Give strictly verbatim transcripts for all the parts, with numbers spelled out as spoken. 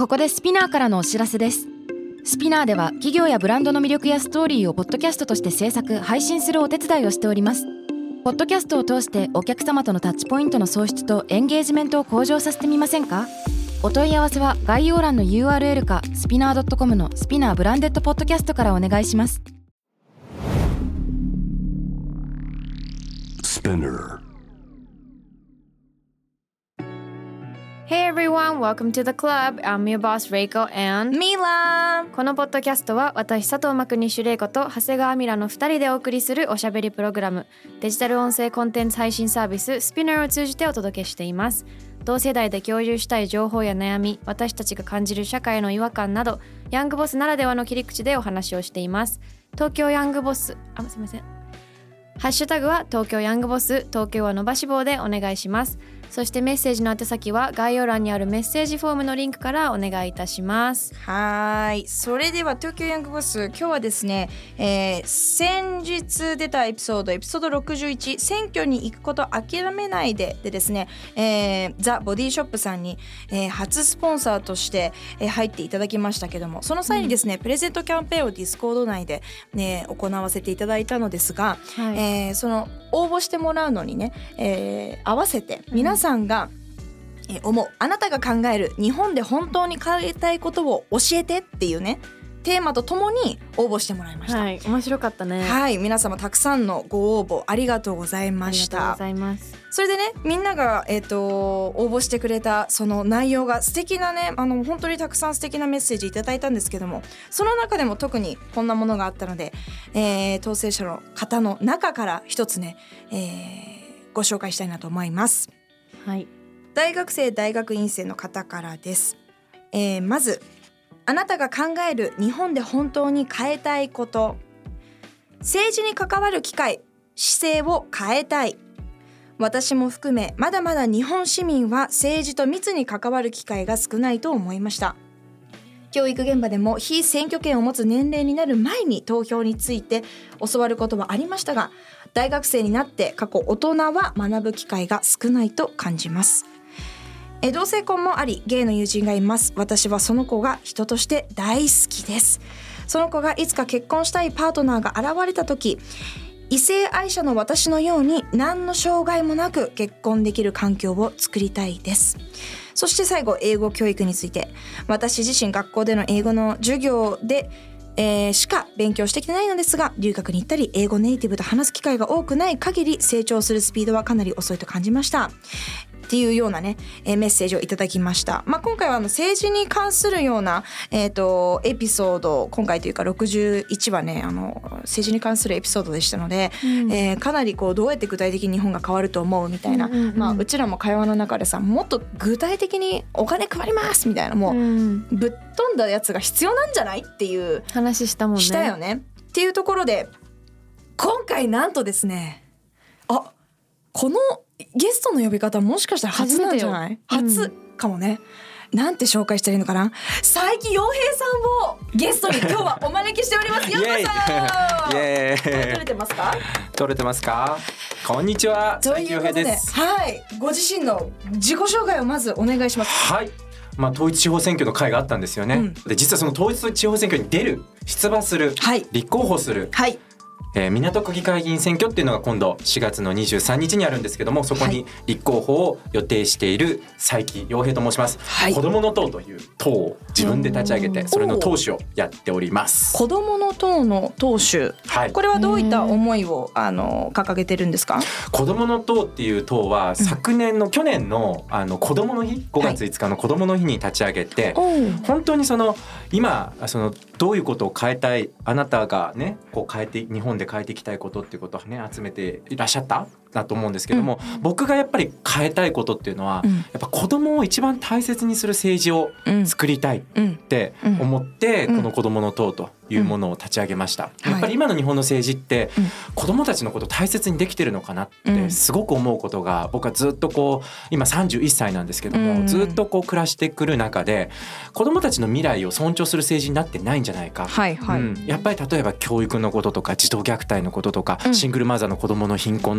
ここでスピナーからのお知らせです。スピナーでは企業やブランドの魅力やストーリーをポッドキャストとして制作・配信するお手伝いをしております。ポッドキャストを通してお客様とのタッチポイントの創出とエンゲージメントを向上させてみませんか？お問い合わせは概要欄の ユーアールエル かスピナー ドットコム のスピナーブランデッドポッドキャストからお願いします。 Hey everyone, welcome to the club. I'm your boss Reiko and Mila。 このポッドキャストは私佐藤真国主玲子と長谷川ミラのふたりでお送りするおしゃべりプログラム、デジタル音声コンテンツ配信サービススピナーを通じてお届けしています。同世代で共有したい情報や悩み、私たちが感じる社会の違和感など、ヤングボスならではの切り口でお話をしています。東京ヤングボス、あ、すいません。ハッシュタグは東京ヤングボス、東京は伸ばし棒でお願いします。そしてメッセージの宛先は概要欄にあるメッセージフォームのリンクからお願いいたします。 はい、それでは東京ヤングボス、今日はですね、えー、先日出たエピソードエピソードろくじゅういち、選挙に行くこと諦めないででですね、えー、ザ・ボディショップさんに、えー、初スポンサーとして、えー、入っていただきましたけども、その際にですね、うん、プレゼントキャンペーンをディスコード内で、ね、行わせていただいたのですが、はい、えー、その応募してもらうのにね、えー、合わせて皆さんが、うん、えー、思うあなたが考える日本で本当に変えたいことを教えてっていうねテーマとともに応募してもらいました。 はい、面白かったね。 はい、皆様たくさんのご応募ありがとうございました。 ありがとうございます。 それでね、みんなが、えーと、応募してくれたその内容が素敵なね、あの本当にたくさん素敵なメッセージいただいたんですけども、その中でも特にこんなものがあったので、えー、当選者の方の中から一つね、えー、ご紹介したいなと思います。 はい、 大学生大学院生の方からです。えー、まず、あなたが考える日本で本当に変えたいこと。政治に関わる機会、姿勢を変えたい。私も含めまだまだ日本市民は政治と密に関わる機会が少ないと思いました。教育現場でも非選挙権を持つ年齢になる前に投票について教わることはありましたが、大学生になって過去大人は学ぶ機会が少ないと感じます。え同性婚もあり、ゲイの友人がいます。私はその子が人として大好きです。その子がいつか結婚したいパートナーが現れた時、異性愛者の私のように何の障害もなく結婚できる環境を作りたいです。そして最後、英語教育について。私自身学校での英語の授業でえー、しか勉強してきてないのですが、留学に行ったり英語ネイティブと話す機会が多くない限り成長するスピードはかなり遅いと感じましたっていうようなね、えー、メッセージをいただきました。まあ、今回はあの政治に関するような、えー、とエピソード、今回というかろくじゅういちはね、あの政治に関するエピソードでしたので、うんえー、かなりこうどうやって具体的に日本が変わると思うみたいな、うんうんうんまあ、うちらも会話の中でさ、もっと具体的にお金配りますみたいな、もう、うん、ぶっ飛んだやつが必要なんじゃないっていう話したもんね。 したよねっていうところで、今回なんとですね、あ、このゲストの呼び方もしかしたら初なんじゃない？初かもね、うん、なんて紹介したらいいのかな。佐伯洋平さんをゲストに今日はお招きしております。ようこそ。イエーイ。 撮れてますか？ 撮れてますか？こんにちは、佐伯洋平です。 はい、ご自身の自己紹介をまずお願いします。 はい、まあ、統一地方選挙の会があったんですよね、うん、で実はその統一地方選挙に出る、出馬する、はい、立候補する、はい、えー、港区議会議員選挙っていうのが今度しがつのにじゅうさんにちにあるんですけども、そこに立候補を予定している佐伯洋平と申します、はい、子どもの党という党を自分で立ち上げて、それの党首をやっております。 子どもの党の党首、はい、これはどういった思いをあの掲げてるんですか？ 子どもの党っていう党は昨年の、うん、去年のあの子どもの日、ごがついつかの子どもの日に立ち上げて、はい、本当にその今そのどういうことを変えたい、あなたがねこう変えて日本で変えていきたいことっていうことをね集めていらっしゃっただと思うんですけども、うん、僕がやっぱり変えたいことっていうのは、うん、やっぱ子供を一番大切にする政治を作りたいって思って、うんうん、この子供の党というものを立ち上げました、うん、やっぱり今の日本の政治って、はい、子供たちのことを大切にできてるのかなってすごく思うことが、僕はずっとこう今さんじゅういっさいなんですけども、うん、ずっとこう暮らしてくる中で子供たちの未来を尊重する政治になってないんじゃないか、はいはい、うん、やっぱり例えば教育のこととか児童虐待のこととか、うん、シングルマザーの子供の貧困の問題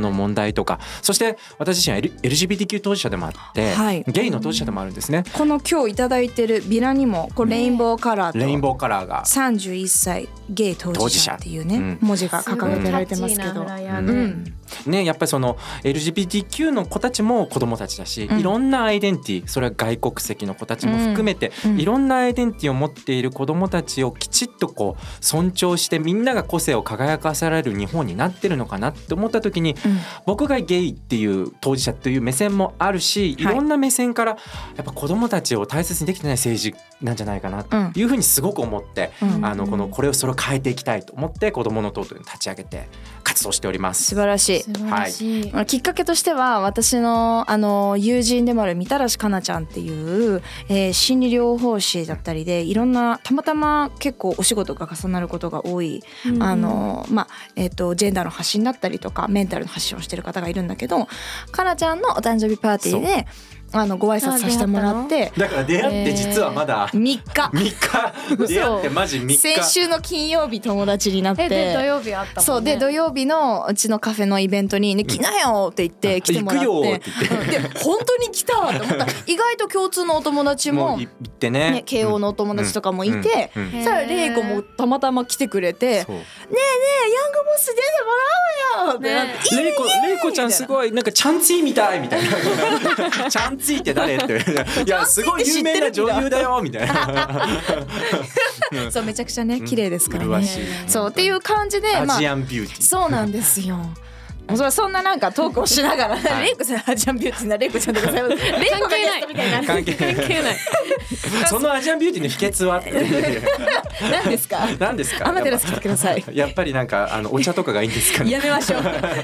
裁とか、そして私自身は エルジービーティーキュー 当事者でもあって、はい、ゲイの当事者でもあるんですね。 この今日いただいてるビラにもこうレインボーカラーとレインボーカラーがさんじゅういっさいゲイ当事者っていうね、うん、文字が掲げられてますけど、うんね、やっぱりその エルジービーティーキュー の子たちも子供たちだし、うん、いろんなアイデンティティ、それは外国籍の子たちも含めて、うん、いろんなアイデンティティを持っている子供たちをきちっとこう尊重して、みんなが個性を輝かせられる日本になってるのかなって思った時に、うん、僕がゲイっていう当事者という目線もあるし、いろんな目線からやっぱ子供たちを大切にできてない政治なんじゃないかなというふうにすごく思って、うん、あのこのこれをそれを変えていきたいと思って子供の党というのを立ち上げて活動しております。 素晴らしい。 素晴らしい、 はい、きっかけとしては私のあの友人でもあるみたらしかなちゃんっていう、えー、心理療法士だったりで、いろんなたまたま結構お仕事が重なることが多い、うん、あのまあえっ、ー、とジェンダーの発信だったりとかメンタルの発信をしてる方がいるんだけど、かなちゃんのお誕生日パーティーであのご挨拶させてもらって、 だから出会って実はまだみっかみっか出会ってマジみっか、 先週の金曜日友達になって、 で土曜日あったもんね。 そうで土曜日のうちのカフェのイベントに、ね、来なよって言って来てもらって、 行くよって言って、 で本当に来たと思った意外と共通のお友達も行ってね、 ね、慶応のお友達とかもいて、うんうんうん、さあレイコもたまたま来てくれて、ねえねえヤングボス出てもらおうよってなって、ね、 レイコレイコちゃんすごいなんかチャンツィみたいみたいなチャンツィって誰っていやすごい有名な女優だよみたいなそうめちゃくちゃね綺麗ですからね、 うん、 そうっていう感じで、 アジアンビューティー、 そうなんですよ。それそんななんかトークをしながら、はい、レイコさんアジアンビューティーなレイコちゃんでございます。レイコがゲストみたいな関係ない関係ないそのアジアンビューティーの秘訣は何ですか何ですか。 アマテラス来てください。 やっぱりなんかあのお茶とかがいいんですかね。 やめましょうなんかこんな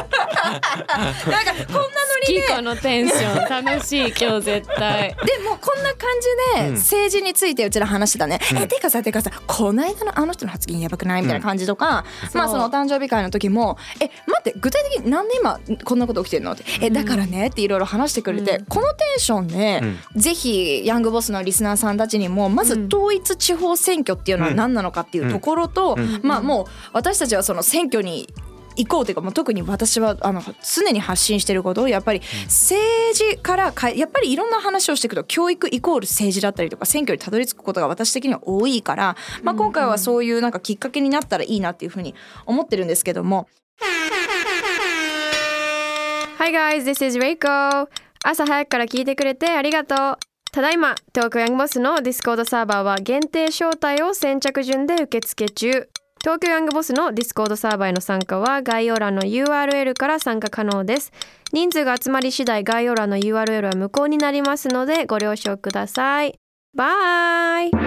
ノリで好きこのテンション楽しい今日絶対でもこんな感じで政治についてうちら話してたね、うん、えてかさてかさこの間のあの人の発言やばくないみたいな感じとか、うん、まあそのお誕生日会の時もえ待って具体的になんで今こんなこと起きてるのってえだからねっていろいろ話してくれて、うん、このテンションで、うん、ぜひヤングボスのリスナーさんたちにもまず統一地方選挙っていうのは何なのかっていうところと、うんうん、まあもう私たちはその選挙に行こうというか、もう特に私はあの常に発信していることをやっぱり政治からかやっぱりいろんな話をしていくと教育イコール政治だったりとか選挙にたどり着くことが私的には多いから、まあ、今回はそういうなんかきっかけになったらいいなっていうふうに思ってるんですけども。 Hi guys, this is Reiko. 朝早くから聞いてくれてありがとう。ただいま東京ヤングボスのディスコードサーバーは限定招待を先着順で受付中。東京ヤングボスのディスコードサーバーへの参加は概要欄の ユーアールエル から参加可能です。人数が集まり次第概要欄の ユーアールエル は無効になりますのでご了承ください。バイ。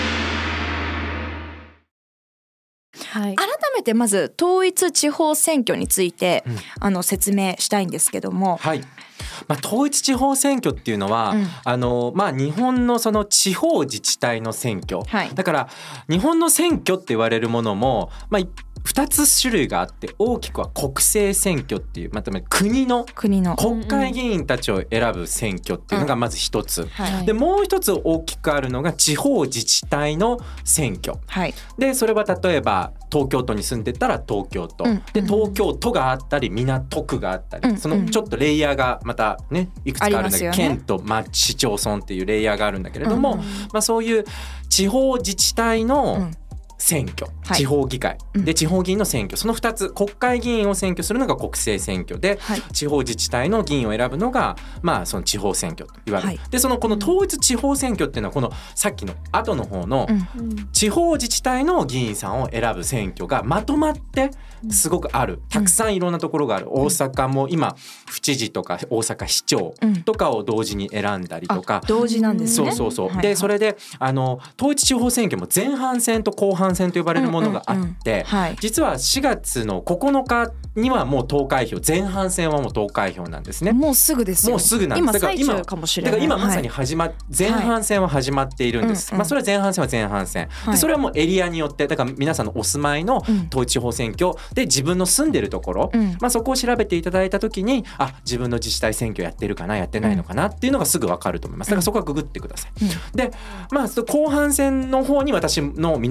はい、改めてまず統一地方選挙について、うん、あの説明したいんですけども、 はい、まあ、統一地方選挙っていうのは、うん、あのまあ、日本のその地方自治体の選挙、はい、だから日本の選挙って言われるものも、まあ、ふたつ種類があって、大きくは国政選挙っていう、また国の国の国会議員たちを選ぶ選挙っていうのがまず一つ、うんはい、でもう一つ大きくあるのが地方自治体の選挙、はい、でそれは例えば東京都に住んでたら東京都、うん、で東京都があったり港区があったり、うん、そのちょっとレイヤーがまたねいくつかあるんだけど、ね、県と町市町村っていうレイヤーがあるんだけれども、うんまあ、そういう地方自治体の、うん選挙、はい、地方議会で地方議員の選挙、そのふたつ、国会議員を選挙するのが国政選挙で、はい、地方自治体の議員を選ぶのが、まあ、その地方選挙と言われる、はい、でそのこの統一地方選挙っていうのはこのさっきの後の方の地方自治体の議員さんを選ぶ選挙がまとまってすごくある、たくさんいろんなところがある、大阪も今府知事とか大阪市長とかを同時に選んだりとか、 うん、同時なんですね。 そうそうそう、 はいはい、 でそれであの統一地方選挙も前半戦と後半戦と呼ばれるものがあって、うんうんうんはい、実はしがつのここのかにはもう投開票、前半戦はもう投開票なんですね。 もうすぐですよ。 もうすぐなんです。 今最中かもしれない。 だから今まさに始ま、はい、前半戦は始まっているんです、はいまあ、それは前半戦は前半戦、はい、でそれはもうエリアによって、だから皆さんのお住まいの統一地方選挙で自分の住んでるところ、うんまあ、そこを調べていただいた時に、あ自分の自治体選挙やってるかなやってないのかなっていうのがすぐ分かると思います。だからそこはググってください、うん、で、まあ、後半戦の方に私の港区議会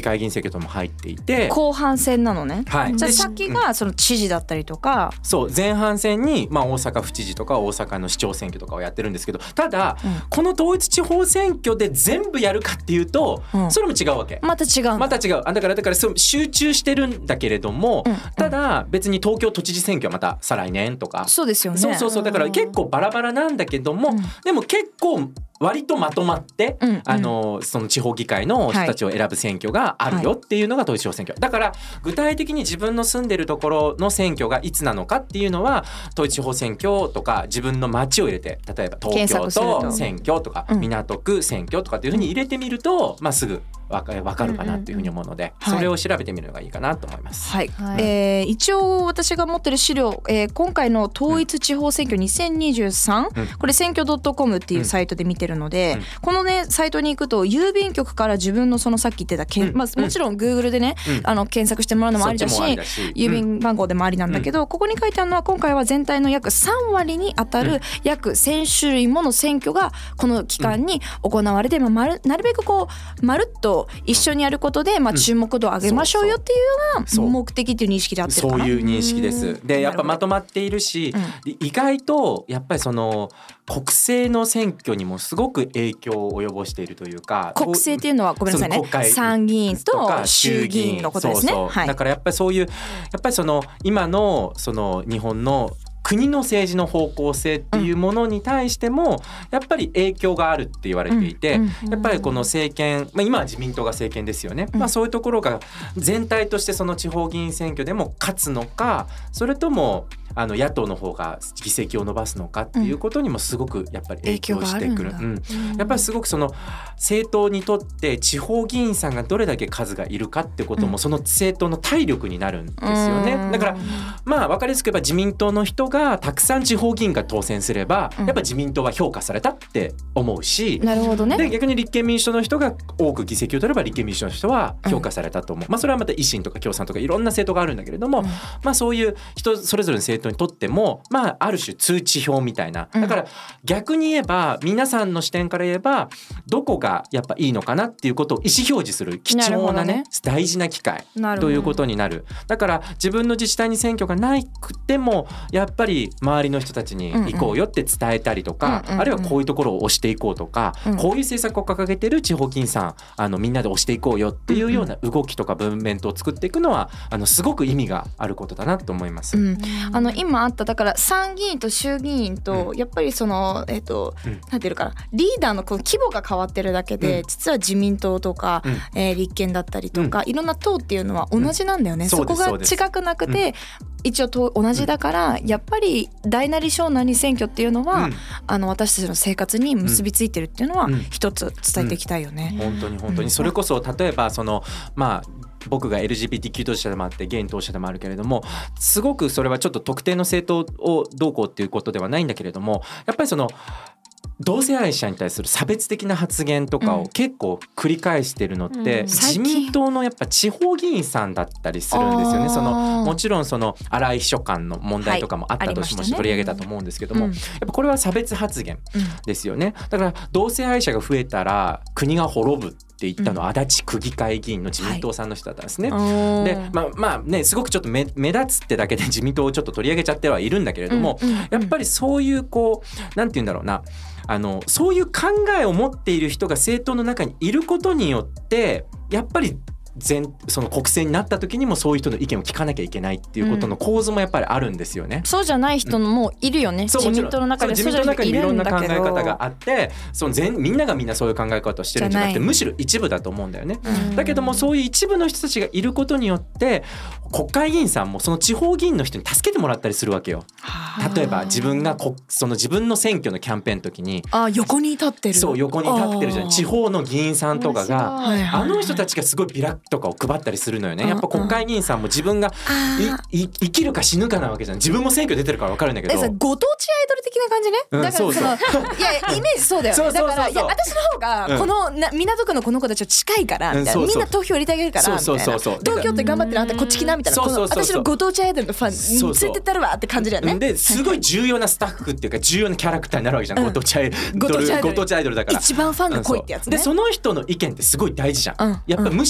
会議員選挙とも入っていて後半戦なのね、 はい、 じゃあ先がその知事だったりとか、 うん、そう前半戦に、まあ、大阪府知事とか大阪の市長選挙とかをやってるんですけど、ただ、うん、この統一地方選挙で全部やるかっていうと、うん、それも違うわけ。 また違うまた違うあだからだからそう集中してるんだけれども、うん、ただ別に東京都知事選挙はまた再来年とか、 そうですよね。 そうそうそうだから結構バラバラなんだけども、うん、でも結構割とまとまって、うんうん、あのその地方議会の人たちを選ぶ選挙があるよっていうのが統一地方選挙、はい、だから具体的に自分の住んでるところの選挙がいつなのかっていうのは統一地方選挙とか自分の町を入れて、例えば東京都選挙とか、うん、港区選挙とかっていうふうに入れてみると、まあ、すぐわかるかなっていうふうに思うので、うんうんうん、それを調べてみるのがいいかなと思います。 はいはい、えー、一応私が持ってる資料、えー、今回の統一地方選挙にせんにじゅうさん、うん、これ選挙 .com っていうサイトで見てるので、うん、このねサイトに行くと郵便局から自分のそのさっき言ってたけん、うんまあ、もちろん Google でね、うん、あの検索してもらうのもありだし、郵便番号でもありなんだけど、うん、ここに書いてあるのは今回は全体の約さんわりに当たる約せん種類もの選挙がこの期間に行われて、まあ、まるなるべくこうまるっと一緒にやることで、まあ、注目度を上げましょうよっていうような目的っていう認識であってるかな。 そういう認識です。でやっぱまとまっているし、うん、意外とやっぱりその国政の選挙にもすごく影響を及ぼしているというか、 国政っていうのはごめんなさいね、参議院と衆議院のことですね。 そうそう、はい、だからやっぱりそういうやっぱりその今のその日本の国の政治の方向性っていうものに対してもやっぱり影響があるって言われていて、やっぱりこの政権、まあ、今は自民党が政権ですよね、まあ、そういうところが全体としてその地方議員選挙でも勝つのか、それともあの野党の方が議席を伸ばすのかっていうことにもすごくやっぱり影響してくる、うん、やっぱりすごくその政党にとって地方議員さんがどれだけ数がいるかってこともその政党の体力になるんですよね。だからまあ分かりやすく言えば自民党の人がたくさん地方議員が当選すればやっぱ自民党は評価されたって思うし、 なるほどね。 で逆に立憲民主党の人が多く議席を取れば立憲民主党の人は評価されたと思う、まあ、それはまた維新とか共産とかいろんな政党があるんだけれども、まあそういう人それぞれの政党にとってもまあある種通知表みたいな、だから逆に言えば皆さんの視点から言えばどこがやっぱいいのかなっていうことを意思表示する貴重なね大事な機会ということになる。だから自分の自治体に選挙がなくてもやっぱり周りの人たちに行こうよって伝えたりとか、あるいはこういうところを推していこうとか、こういう政策を掲げてる地方議員さんあのみんなで推していこうよっていうような動きとか文面とを作っていくのはあのすごく意味があることだなと思います、うん、 あの今あっただから参議院と衆議院とやっぱりそのえっとなんていうかなリーダーのこの規模が変わってるだけで、実は自民党とか、えー、立憲だったりとか、いろんな党っていうのは同じなんだよね、そこが違くなくて、一応と同じだからやっぱり大なり小なり選挙っていうのは、うん、あの私たちの生活に結びついてるっていうのは一つ伝えていきたいよね、 うんうん、本当に本当にそれこそ例えばそのまあ僕が エルジービーティーキュー 当事者でもあってゲイの当事者でもあるけれども、すごくそれはちょっと特定の政党をどうこうっていうことではないんだけれども、やっぱりその同性愛者に対する差別的な発言とかを結構繰り返してるのって、うん、自民党のやっぱ地方議員さんだったりするんですよね。そのもちろんその荒井秘書官の問題とかもあったとし、はい、もし取り上げたと思うんですけども、うん、やっぱこれは差別発言ですよね、うん、だから同性愛者が増えたら国が滅ぶって言ったのは足立区議会議員の自民党さんの人だったんですね、はい、でまあまあねすごくちょっと 目, 目立つってだけで自民党をちょっと取り上げちゃってはいるんだけれども、うんうんうん、やっぱりそういうこうなんて言うんだろうなあのそういう考えを持っている人が政党の中にいることによってやっぱり全その国政になった時にもそういう人の意見を聞かなきゃいけないっていうことの構図もやっぱりあるんですよね、うん、 そうじゃない人もいるよね、うん、自民党の中でそう自民党の中にいろんな考え方があって、その全みんながみんなそういう考え方をしてるんじゃなくてむしろ一部だと思うんだよね、うん、だけどもそういう一部の人たちがいることによって国会議員さんもその地方議員の人に助けてもらったりするわけよ。例えば自分がこその自分の選挙のキャンペーンの時にあ横に立ってるそう横に立ってるじゃん地方の議員さんとかがあの人たちがすごいビラとかを配ったりするのよね。やっぱ国会議員さんも自分がいい生きるか死ぬかなわけじゃん。自分も選挙出てるから分かるんだけどご当地アイドル的な感じね、うん、だからそのそうそういやイメージそうだよね。そうそうそうそうだからいや私の方がこの、うん、な港区のこの子たちは近いからみたいな、うん、そうそうみんな投票入れてあげるからみたいなそうそうそうそう東京って頑張ってるあんたこっち来なみたいなそうそうそうそう私のご当地アイドルのファンについてったるわって感じだよね。 ですごい重要なスタッフっていうか重要なキャラクターになるわけじゃん、うん、ご当地アイドルご当地アイドルだから一番ファンが濃いってやつね。 でその人の意見ってすごい大事じゃん、うん、やっぱ無視できない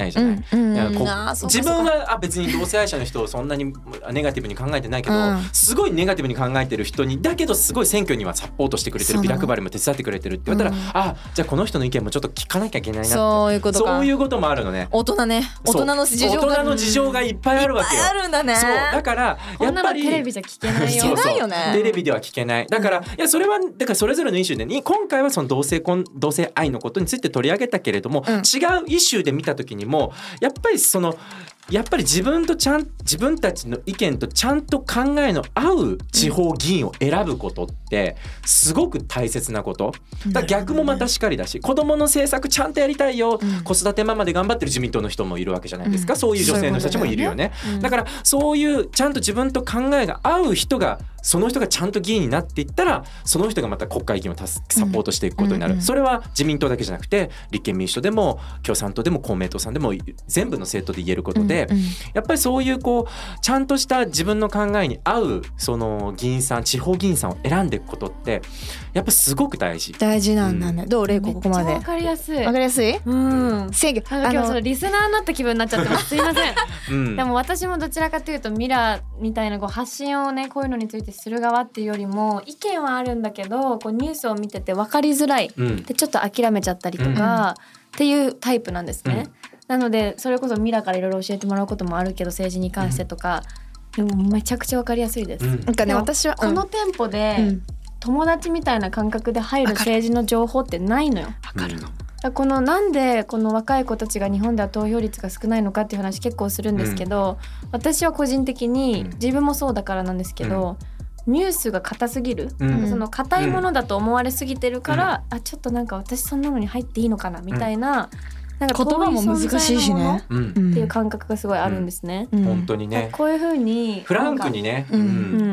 ないじゃない、 うんうん、 いやこあーそうか自分はあ別に同性愛者の人をそんなにネガティブに考えてないけど、うん、すごいネガティブに考えてる人にだけどすごい選挙にはサポートしてくれてる、ビラ配りも手伝ってくれてるって言われたら、うん、あじゃあこの人の意見もちょっと聞かなきゃいけないなって、 そういうことか、 そういうこともあるのね。 大人ね、大人の事情が大人の事情がいっぱいあるわけよ。 いっぱいあるんだね。 そうだからやっぱりこんなのテレビじゃ聞けないよ。 そうそう聞けないよね。 テレビでは聞けない。だから、うん、いやそれはだからそれぞれのイシューでに今回はその同性婚同性愛のことについて取り上げたけれども、うん、違うイシューで見た時にもやっぱりそのやっぱり自分とちゃん自分たちの意見とちゃんと考えの合う地方議員を選ぶことってすごく大切なこと。だから逆もまたしかりだし、子どもの政策ちゃんとやりたいよ、うん、子育てママで頑張ってる自民党の人もいるわけじゃないですか、うん、そういう女性の人たちもいるよね。だよね、うん、だからそういうちゃんと自分と考えが合う人がその人がちゃんと議員になっていったらその人がまた国会議員をサポートしていくことになる、うんうんうん、それは自民党だけじゃなくて立憲民主党でも共産党でも公明党さんでも全部の政党で言えることで、うんうん、やっぱりそういうこうちゃんとした自分の考えに合うその議員さん地方議員さんを選んでいくことってやっぱすごく大事大事なんだね、うん、どうレイコここまでめっちゃわかりやすいわかりやすい、 うん、 選挙今日そのリスナーになった気分になっちゃってますすいません、 うん、 でも私もどちらかというとミラーみたいなこう発信をねこういうのについてする側っていうよりも意見はあるんだけどこうニュースを見てて分かりづらい、うん、でちょっと諦めちゃったりとか、うん、っていうタイプなんですね、うん、なのでそれこそミラからいろいろ教えてもらうこともあるけど政治に関してとか、うん、でもめちゃくちゃ分かりやすいです、うん、なんかね私はこの店舗で、うん、友達みたいな感覚で入る政治の情報ってないのよ。 分かるの、 このなんでこの若い子たちが日本では投票率が少ないのかっていう話結構するんですけど、うん、私は個人的に自分もそうだからなんですけど、うん、ニュースが硬すぎる、うん、その硬いものだと思われすぎてるから、うん、あちょっとなんか私そんなのに入っていいのかなみたいな、うんなんか言葉も難しいしねっていう感覚がすごいあるんですね、 うんうん、本当にねこういう風にフランクにね、 うんうん、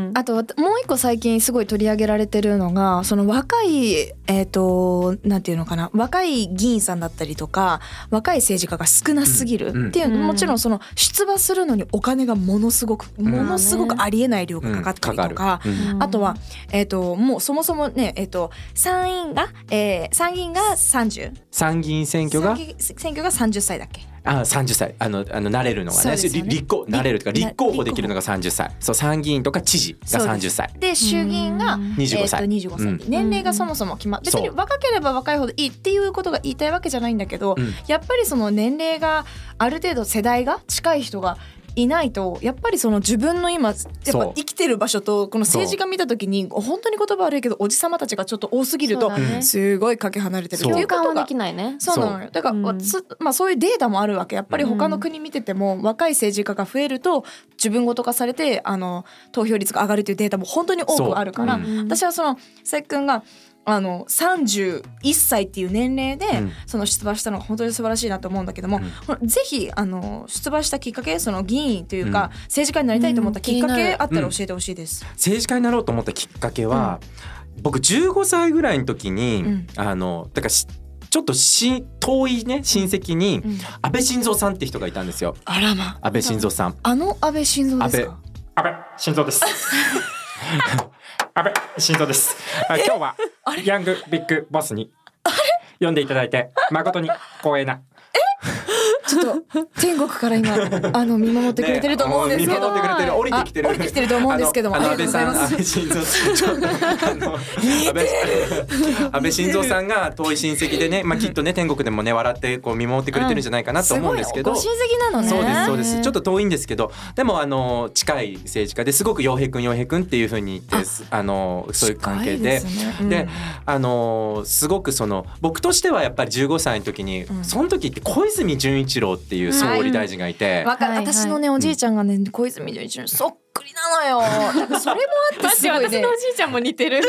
あともう一個最近すごい取り上げられてるのがその若いえっとなんていうのかな若い議員さんだったりとか若い政治家が少なすぎるっていう、うん、もちろんその出馬するのにお金がものすごく、うん、ものすごくありえない量がかかったりとか、うん、あとはえっともうそもそもねえっと参院が、えー、参議院がさんじゅう参議院選挙が選挙がさんじゅっさいだっけあさんじゅっさいあのあのなれるのが ね, ね立候なれるとか立候補できるのがさんじゅっさいそう参議院とか知事がさんじゅっさいで, で衆議院がにじゅうごさい、 えー、にじゅうごさい、うん、年齢がそもそも決まっ別に若ければ若いほどいいっていうことが言いたいわけじゃないんだけど、うん、やっぱりその年齢がある程度世代が近い人がいないとやっぱりその自分の今やっぱ生きてる場所とこの政治家見た時に本当に言葉悪いけどおじさまたちがちょっと多すぎるとすごいかけ離れてるっていうことができないね。 そうなのよだから、うんまあ、そういうデータもあるわけやっぱり他の国見てても若い政治家が増えると自分ごと化されてあの投票率が上がるというデータも本当に多くあるから、うん、私はその佐伯くんがあのさんじゅういっさいっていう年齢でその出馬したのが本当に素晴らしいなと思うんだけども、うん、ぜひあの出馬したきっかけその議員というか、うん、政治家になりたいと思ったきっかけあったら教えてほしいです、 うん、政治家になろうと思ったきっかけは、うん、僕じゅうごさいぐらいの時に、うん、あのだからちょっとし遠いね親戚に安倍晋三さんって人がいたんですよ。 あらま安倍晋三さんあの安倍晋三ですか。 安倍晋三です安倍晋三です。今日はヤングビッグボスに呼んでいただいて誠に光栄なちょっと天国から今あの見守ってくれてると思うんですけど、 ね、見守ってくれてる降りてきてる降りてきてると思うんですけどもありがとうございます。 安倍晋三さん安倍安倍晋三さんが遠い親戚でね、まあ、きっとね天国でもね笑ってこう見守ってくれてるんじゃないかなと思うんですけど、 うん、すごいご親戚なのね。 そうですそうですちょっと遠いんですけどでもあの近い政治家ですごく陽平くん陽平くんっていう風に言ってあのそういう関係 で, で、ねうん、であのすごくその僕としてはやっぱりじゅうごさいの時に、うん、その時って小泉純一郎っていう総理大臣がいて、 はい、私のねおじいちゃんがね小泉純一郎そっくりなのよ。だからそれもあってすごいね。 私のおじいちゃんも似てる。 嘘。イ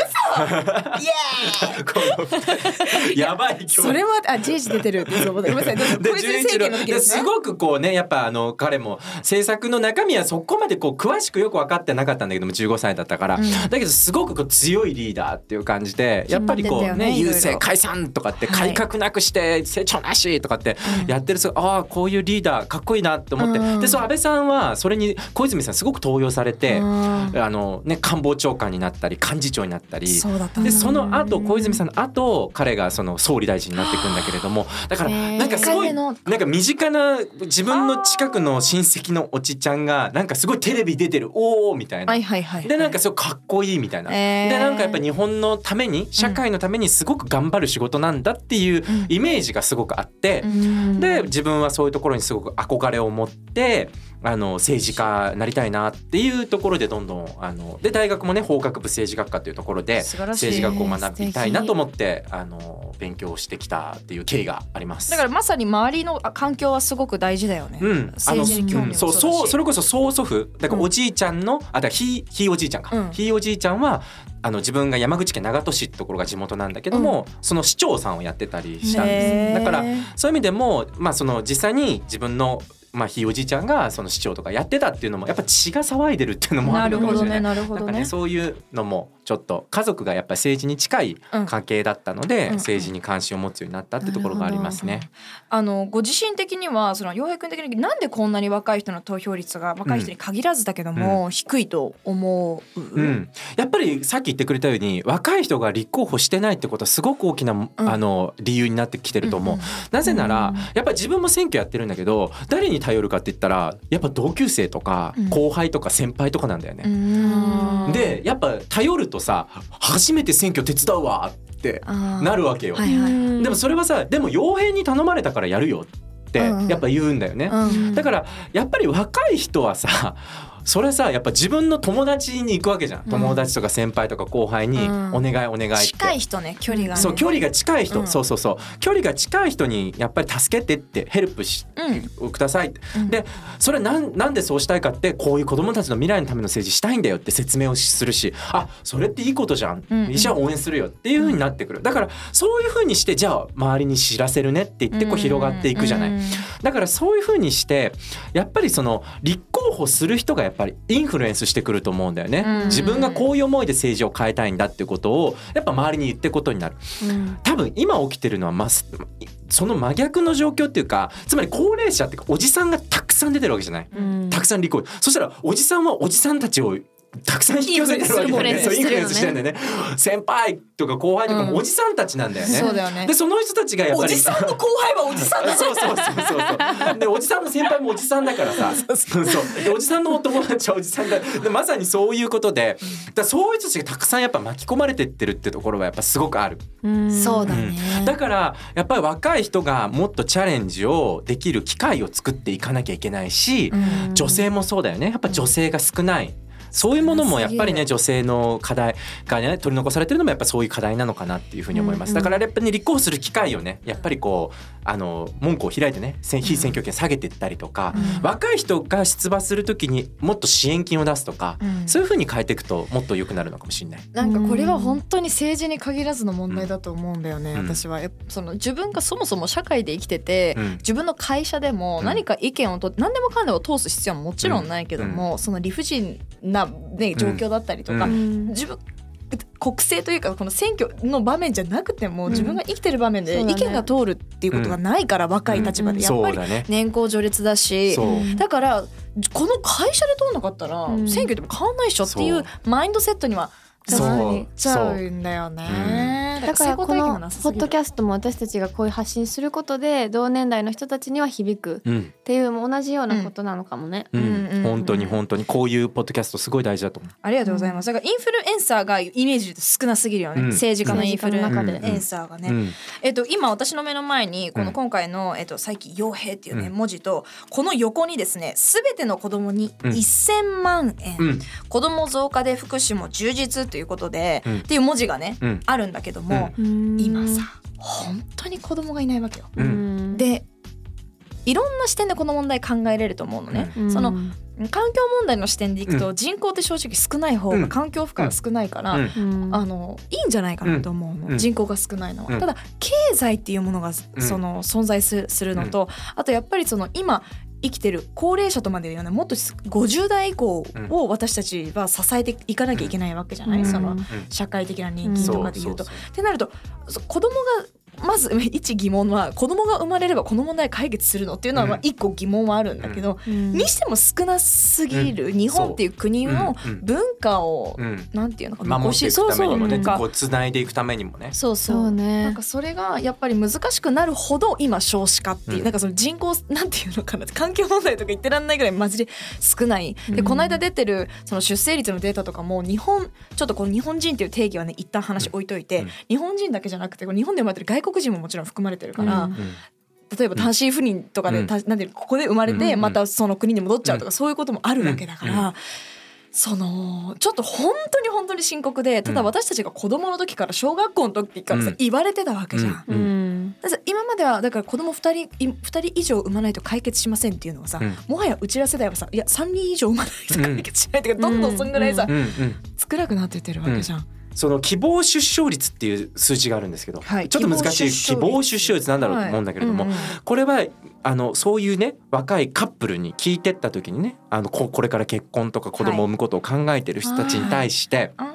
エーイ。 やばい。 それもあってあジェイジ出てるってごめんなさい。 で純一郎すごくこうねやっぱあの彼も政策の中身はそこまでこう詳しくよく分かってなかったんだけどもじゅうごさいだったから、うん、だけどすごくこう強いリーダーっていう感じでやっぱりこうねね郵政解散とかって改革なくして成長なしとかってやってる、はい、ああこういうリーダーかっこいいなって思って、うん、でそう安倍さんはそれに小泉さんすごく登用されれて、 うん、 あのね、官房長官になったり幹事長になったり、 そうだったでその後小泉さんの後彼がその総理大臣になっていくんだけれども、だからなんかすごいなんか身近な自分の近くの親戚のおじちゃんがなんかすごいテレビ出てるおーみたいな、 はいはいはいはい、 でなんかすごいかっこいいみたいな、 えー、 でなんかやっぱ日本のために社会のためにすごく頑張る仕事なんだっていうイメージがすごくあって、うん、で自分はそういうところにすごく憧れを持ってあの政治家になりたいなっていうところでどんどんあので大学もね法学部政治学科というところで政治学を学びたいなと思ってあの勉強してきたっていう経緯があります。 だからまさに周りの環境はすごく大事だよね、 うん、 政治に興味もそうだし、 そうそうそれこそ曽祖父だからおじいちゃんの、うん、あだからひひいおじいちゃんか、うん、ひいおじいちゃんはあの自分が山口県長門市ってところが地元なんだけども、うん、その市長さんをやってたりしたんです。だからそういう意味でも、まあ、その実際に自分のまあ、ひいおじいちゃんがその市長とかやってたっていうのもやっぱ血が騒いでるっていうのもあるのかもしれない。 なるほどね、なるほどね。 なんかね、そういうのもちょっと家族がやっぱり政治に近い関係だったので、うん、政治に関心を持つようになったってところがありますね。 あのご自身的にはその陽平君的になんでこんなに若い人の投票率が若い人に限らずだけども、うん、低いと思う、 うん、やっぱりさっき言ってくれたように若い人が立候補してないってことはすごく大きな、うん、あの理由になってきてると思う、うんうん、なぜなら、うん、やっぱり自分も選挙やってるんだけど誰に頼るかって言ったらやっぱ同級生とか後輩とか先輩とかなんだよね、うん、でやっぱ頼るとさ初めて選挙手伝うわってなるわけよ、はいはい、でもそれはさでも傭兵に頼まれたからやるよってやっぱ言うんだよね、うん、だからやっぱり若い人はさそれさやっぱ自分の友達に行くわけじゃん、うん、友達とか先輩とか後輩にお願いお願いって、 近い人ね距離がねそう距離が近い人、うん、そうそうそう距離が近い人にやっぱり助けてってヘルプし、うん、くださいって、うん、でそれなんなんでそうしたいかってこういう子供たちの未来のための政治したいんだよって説明をするしあそれっていいことじゃん、うん、じゃあ応援するよっていう風になってくる。だからそういう風にしてじゃあ周りに知らせるねって言ってこう広がっていくじゃない、うん、だからそういう風にしてやっぱりその立候補する人がやっぱりインフルエンスしてくると思うんだよね、うん、自分がこういう思いで政治を変えたいんだっていうことをやっぱ周りに言っていくことになる、うん、多分今起きてるのはまその真逆の状況っていうかつまり高齢者っていうかおじさんがたくさん出てるわけじゃない、うん、たくさん立候補そしたらおじさんはおじさんたちをたくさん引き寄せてるわけだよね。そうインフルエンスしてるんだよね。先輩とか後輩とかもおじさんたちなんだよね。うん、そうだよね。でその人たちがやっぱりおじさんの後輩はおじさんだ。 そうそうそうそうそう。でおじさんの先輩もおじさんだからさ。そうそう。でおじさんのお友達はおじさんだ。でまさにそういうことで、だそういう人たちがたくさんやっぱ巻き込まれてってるってところはやっぱすごくある。 うんそうだね、 うん。だからやっぱり若い人がもっとチャレンジをできる機会を作っていかなきゃいけないし、女性もそうだよね。やっぱ女性が少ない。そういうものもやっぱりね女性の課題がね取り残されてるのもやっぱそういう課題なのかなっていうふうに思います。だからやっぱり立候補する機会をねやっぱりこうあの門戸を開いてね非選挙権下げていったりとか、うん、若い人が出馬するときにもっと支援金を出すとか、うん、そういうふうに変えていくともっと良くなるのかもしれない。 なんかこれは本当に政治に限らずの問題だと思うんだよね、うん、私はその自分がそもそも社会で生きてて、うん、自分の会社でも何か意見をとって何でもかんでも通す必要はもちろんないけども、うん、その理不尽な、ね、状況だったりとか、うん、自分国政というかこの選挙の場面じゃなくても自分が生きてる場面で意見が通るっていうことがないから、うん、若い立場でやっぱり年功序列だし、うん、だからこの会社で通んなかったら選挙でも変わんないっしょっていうマインドセットにはなっちゃうんだよね。 だからこのポッドキャストも私たちがこういう発信することで同年代の人たちには響くっていう同じようなことなのかもね、 うんうんうん、本当に本当にこういうポッドキャストすごい大事だと思う。 ありがとうございます。だからインフルエンサーがイメージで少なすぎるよね、うん、政治家のインフルエンサーがね、うんうんえっと、今私の目の前にこの今回の、えっと、最近陽平っていうね、うん、文字とこの横にですねすべての子供にせんまんえん、うん、子供増加で福祉も充実ということで、うん、っていう文字がね、うん、あるんだけども、うん、今さ本当に子供がいないわけよ、うん、でいろんな視点でこの問題考えれると思うのね、うん、その環境問題の視点でいくと、うん、人口って正直少ない方が環境負荷が少ないから、うん、あのいいんじゃないかなと思うの、うん、人口が少ないのは、うん、ただ経済っていうものがその存在するのと、うん、あとやっぱりその今生きてる高齢者とまで言うようなもっとごじゅう代以降を私たちは支えていかなきゃいけないわけじゃない、うん、その社会的な年金とかで言うと、うん、ってなると子供がまず一疑問は子供が生まれればこの問題解決するのっていうのはまあ一個疑問はあるんだけど、うん、にしても少なすぎる、うん、日本っていう国の文化を、うん、なんていうのかな、 守っていくためにもね、こうつないでいくためにもね、 そうそう、そうね、なんかそれがやっぱり難しくなるほど今少子化っていう、うん、なんかその人口なんていうのかな、環境問題とか言ってらんないぐらいマジで少ない、うん、でこの間出てるその出生率のデータとかも日本ちょっとこの日本人っていう定義はね一旦話置いといて、うん、日本人だけじゃなくて日本で生まれてる外国人ももちろん含まれてるから、うん、例えば単身赴任とかで、うん、なんでここで生まれてまたその国に戻っちゃうとか、そういうこともあるわけだから、うんうん、そのちょっと本当に本当に深刻で、ただ私たちが子供の時から小学校の時からさ、うん、言われてたわけじゃん、うんうん、だから今まではだから子供ふたりふたり以上産まないと解決しませんっていうのはさ、うん、もはやうちら世代はさ、いやさんにん以上産まないと解決しないとか、うん、どんどんそんぐらいさ、うんうん、少なくなってってるわけじゃん、うん、 その希望出生率っていう数値があるんですけど、はい、ちょっと難しい希望出生率なんだろうと思うんだけれども、はい、うんうん、これはあのそういうね若いカップルに聞いてった時にね、あの こ, これから結婚とか子供を産むことを考えてる人たちに対して、はい、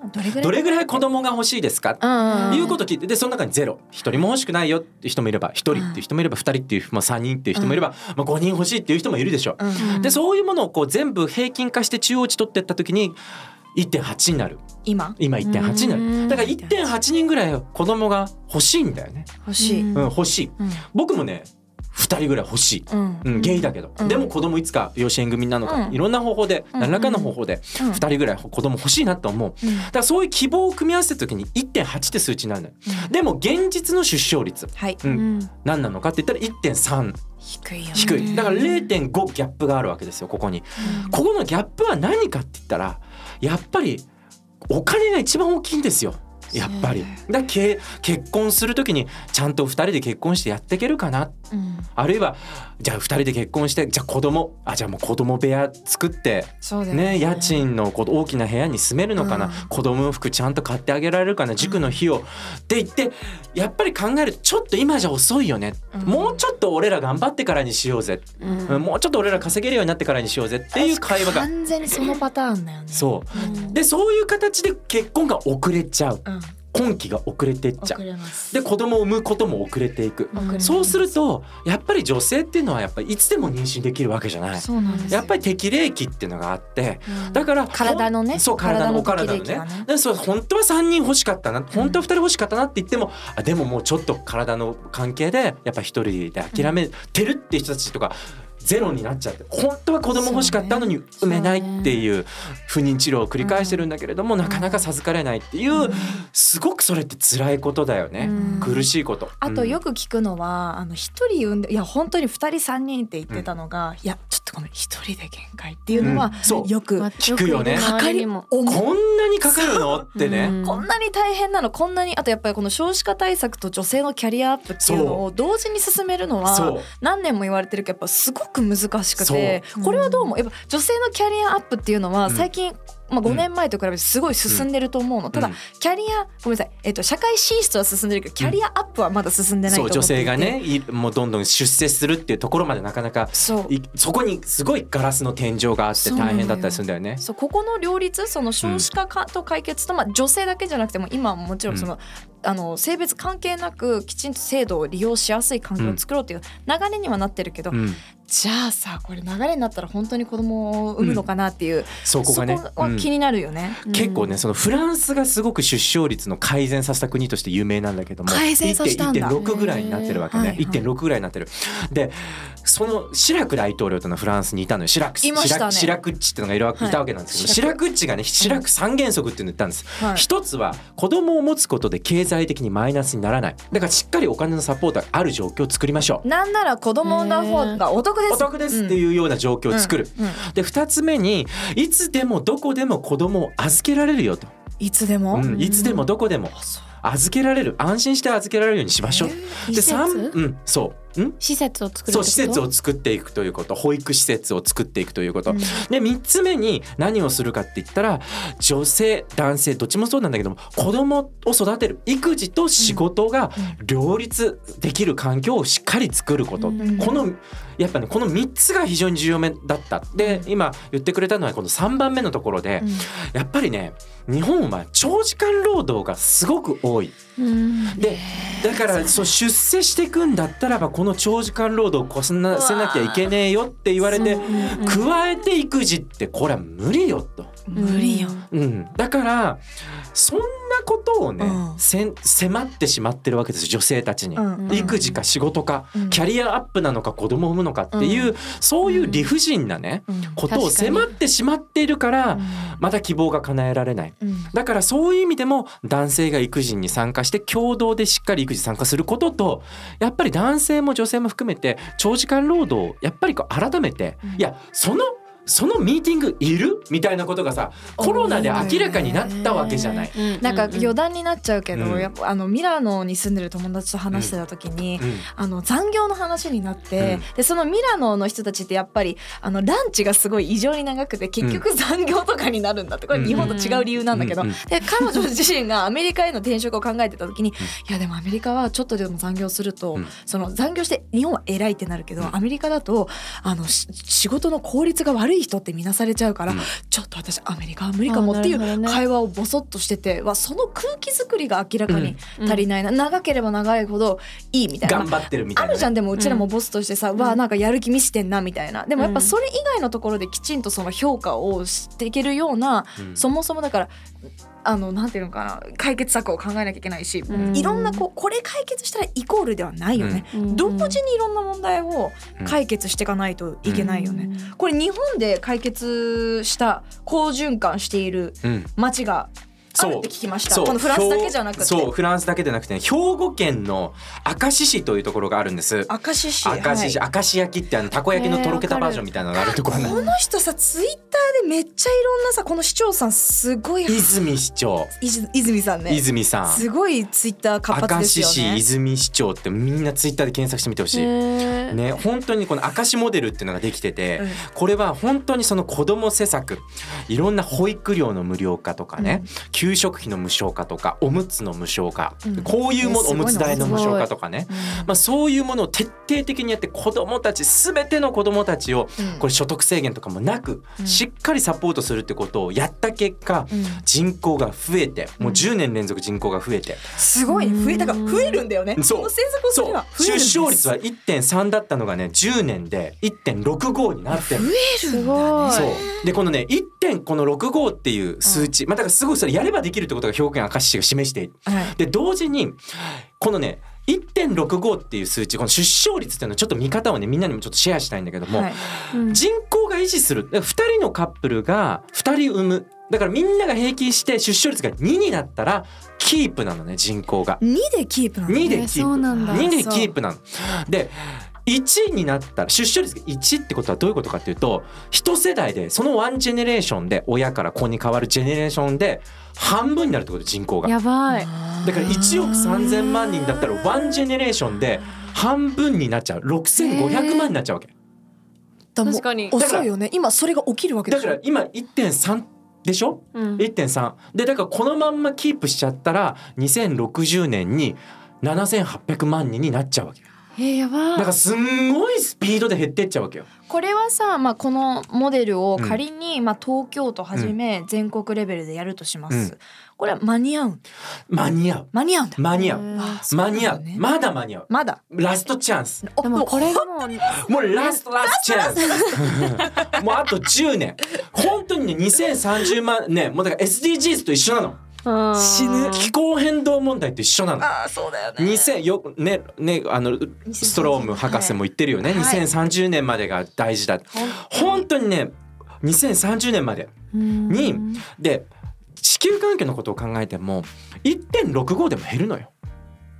どれぐらいどれぐらい子供が欲しいですかっていうことを聞いて、でその中にゼロ、ひとりも欲しくないよっていう人もいれば、ひとりっていう人もいれば、ふたりっていう、まあ、さんにんっていう人もいれば、まあ、ごにん欲しいっていう人もいるでしょう、うん、でそういうものをこう全部平均化して中央値取ってった時に いってんはち になる。 今今 いってんはち になる。だから いってんはち 人ぐらい子供が欲しいんだよね。 欲しい、 うん、欲しい、うん、僕もねふたりぐらい欲しい、うんうん、ゲイだけど、うん、でも子供いつか養子縁組なのか、うん、いろんな方法で、うん、何らかの方法でふたりぐらい子供欲しいなと思う、うん、だからそういう希望を組み合わせた時に いってんはち って数値になるのよ、うん、でも現実の出生率、はいうん、何なのかって言ったら いってんさん、 低いよね。 低い。だから れいてんご ギャップがあるわけですよ、ここに、うん、ここのギャップは何かって言ったらやっぱりお金が一番大きいんですよ、やっぱり。だけ結婚するときにちゃんとふたりで結婚してやっていけるかな、うん、あるいはじゃあふたりで結婚して、じゃあ子供あじゃあもう子供部屋作って、ねね、家賃のこう大きな部屋に住めるのかな、うん、子供服ちゃんと買ってあげられるかな、塾の費用、うん、って言ってやっぱり考えるとちょっと今じゃ遅いよね、うん、もうちょっと俺ら頑張ってからにしようぜ、うん、もうちょっと俺ら稼げるようになってからにしようぜっていう会話が完全にそのパターンだよね。 そう、うん、でそういう形で結婚が遅れちゃう、うん、婚期が遅れていっちゃう。で子供を産むことも遅れていく、うん、そうするとやっぱり女性っていうのはやっぱりいつでも妊娠できるわけじゃない。 そうなんですよ。 やっぱり適齢期っていうのがあって、 うん、 だから体のね、 そう体のお体のね、でそう本当はさんにん欲しかったな、本当はふたり欲しかったなって言っても、うん、あでももうちょっと体の関係でやっぱひとりで諦めてるっていう人たちとかゼロになっちゃって、本当は子供欲しかったのに産めないっていう不妊治療を繰り返してるんだけれども、なかなか授かれないっていう、すごくそれって辛いことだよね、苦しいこと。 あとよく聞くのは、あの一人産んで、いや本当にふたりさんにんって言ってたのが、うん、いやちょっとごめん一人で限界っていうのは、うん、よく聞くよね。 かかりもこんなにかかるのってね、 うん、こんなに大変なの、こんなに、あとやっぱりこの少子化対策と女性のキャリアアップっていうのを同時に進めるのは何年も言われてるけど、やっぱすごく難しくて、これはどうもやっぱ女性のキャリアアップっていうのは最近、うんまあ、ごねんまえと比べてすごい進んでると思うの、うん、ただキャリアごめんなさい、えっと、社会進出は進んでるけどキャリアアップはまだ進んでないと思っていて、 そう女性がねもうどんどん出世するっていうところまでなかなかそそこにすごいガラスの天井があって大変だったりするんだよね。 そうここの両立、その少子化と解決と、まあ、女性だけじゃなくても今はもちろんその、うんあの性別関係なくきちんと制度を利用しやすい環境を作ろうという流れにはなってるけど、うん、じゃあさこれ流れになったら本当に子供を産むのかなっていう、うん、 そこがね、 そこは気になるよね、 うん、結構ねそのフランスがすごく出生率の改善させた国として有名なんだけども、 改善させたんだいってんろく ぐらいになってるわけね、はいはい、いってんろく ぐらいになってる。でそのシラク大統領というのはフランスにいたのよ。シラクス、 いましたね、 シラクッチっていうのがいるわ、はい、いたわけなんですけど、シラクッチがねシラク三原則っていうのを言ったんです、はい、一つは子供を持つことで経済的にマイナスにならない。だからしっかりお金のサポートがある状況を作りましょう。 なんなら子供を産んだ方がお得です、 お得ですっていうような状況を作る、うんうんうん、でふたつめにいつでもどこでも子供を預けられるよと。 いつでも、 うん、いつでもどこでも預けられる、安心して預けられるようにしましょう。でさん、うん、そうん施設を作るってこと。 そう施設を作っていくということ、保育施設を作っていくということ、 うん、 でみっつめに何をするかって言ったら、女性男性どっちもそうなんだけども、子供を育てる育児と仕事が両立できる環境をしっかり作ること、うん、このやっぱねこのみっつが非常に重要だったで、今言ってくれたのはこのさんばんめのところで、うん、やっぱりね日本は長時間労働がすごく多い、うん、でだからそう出世していくんだったらばこの長時間労働をこなせなきゃいけねえよって言われて、加えて育児ってこれは無理よと。 無理よ、 うん、だからそんなことをね、うん、せ迫ってしまってるわけです女性たちに、うん、育児か仕事か、うん、キャリアアップなのか子供を産むのかっていう、うん、そういう理不尽なね、うん、ことを迫ってしまっているから、うん、また希望が叶えられない、うん、だからそういう意味でも男性が育児に参加して共同でしっかり育児参加することと、やっぱり男性も女性も含めて長時間労働をやっぱりこう改めて、うん、いやそのそのミーティングいるみたいなことがさコロナで明らかになったわけじゃない。 なんか余談になっちゃうけど、うん、やっぱあのミラノに住んでる友達と話してた時に、うん、あの残業の話になって、うん、でそのミラノの人たちってやっぱりあのランチがすごい異常に長くて結局残業とかになるんだって、これ日本と違う理由なんだけど、で彼女自身がアメリカへの転職を考えてた時に、いやでもアメリカはちょっとでも残業すると、うん、その残業して日本は偉いってなるけど、アメリカだとあの仕事の効率が悪い人って見なされちゃうから、うん、ちょっと私アメリカは無理かもっていう会話をボソッとしてて、わその空気作りが明らかに足りないな、うん、長ければ長いほどいいみたいな、 頑張ってるみたいな、ね、 あるじゃん。でもうちらもボスとしてさ、うん、わなんかやる気見してんなみたいな、でもやっぱそれ以外のところできちんとその評価をしていけるような、うん、そもそもだからあのなんていうのかな、解決策を考えなきゃいけないし、うん、いろんなこうこれ解決したらイコールではないよね、うん、同時にいろんな問題を解決していかないといけないよね、うん、これ日本で解決した好循環している街があるって聞きました。このフランスだけじゃなくて、 そうフランスだけでなくて、ね、兵庫県の明石市というところがあるんです。 明石市、 明石市、はい、明石焼きってあのたこ焼きのとろけたバージョンみたいなのがあるところ、ね、 この人さツイッターでめっちゃいろんなさ、この市長さんすごい、 泉市長、 泉さんね、 泉さんすごいツイッター活発ですよね。 明石市泉市長ってみんなツイッターで検索してみてほしいね。本当にこの明石モデルっていうのができてて、うん、これは本当にその子ども施策、いろんな保育料の無料化とかね、うん、給食費の無償化とかおむつの無償化、うん、こういうもの、おむつ代の無償化とかね、うんまあ、そういうものを徹底的にやって子どもたち全ての子どもたちを、うん、これ所得制限とかもなく、うん、しっかりサポートするってことをやった結果、うん、人口が増えてもうじゅうねん連続人口が増えて、うん、 すごい増えだから増えるんだよね。 そうこの政策をすれば増えるんです。 出生率は いってんさん だったのがねじゅうねんで いってんろくご になってる。 増えるんだね。 そうでこのねいってんこのろくごっていう数値、うんまあ、だからすごいそれやればできるってことが兵庫県明石市が示している、はい、で同時にこのね いってんろくご っていう数値、この出生率っていうのはちょっと見方をねみんなにもちょっとシェアしたいんだけども、はいうん、人口が維持するふたりのカップルがふたり産む、だからみんなが平均して出生率がにになったらキープなのね、人口がにでキープなのね。 にでキープ、 そうなんだ。 にでキープなのでいちになったら出生率がいちってことはどういうことかっていうと、一世代でそのワンジェネレーションで親から子に変わるジェネレーションで半分になるってこと、人口がやばい。 だからいちおくさんぜんまんにんだったらワンジェネレーションで半分になっちゃう、ろくせんごひゃくまんになっちゃうわけ。 確かに遅いよね。今それが起きるわけでしょ。 だから今 いってんさんでしょ、うん、いってんさん でだからこのまんまキープしちゃったらにせんろくじゅうねんにななせんはっぴゃくまんにんになっちゃうわけ。 えー、やばい。 だからすんごいスピードで減ってっちゃうわけよ。 これはさ、まあ、このモデルを仮に、うんまあ、東京都はじめ全国レベルでやるとします、うん、これは間に合う間に合う間に合うんだ間に合う間に合う、まだ間に合う、 まだラストチャンス。 でもこれもうもうラストラストチャンスもうあとじゅうねん本当にねにせんさんじゅうまんね、もうだから エスディージーズ と一緒なの。 死ぬ。 気候変動問題と一緒なの。 あ、そうだよね。 にせんよねねあのストローム博士も言ってるよね、はい、にせんさんじゅうねんまでが大事だ、はい、本当にねにせんさんじゅうねんまでにで地球環境のことを考えても いってんろくご でも減るのよ。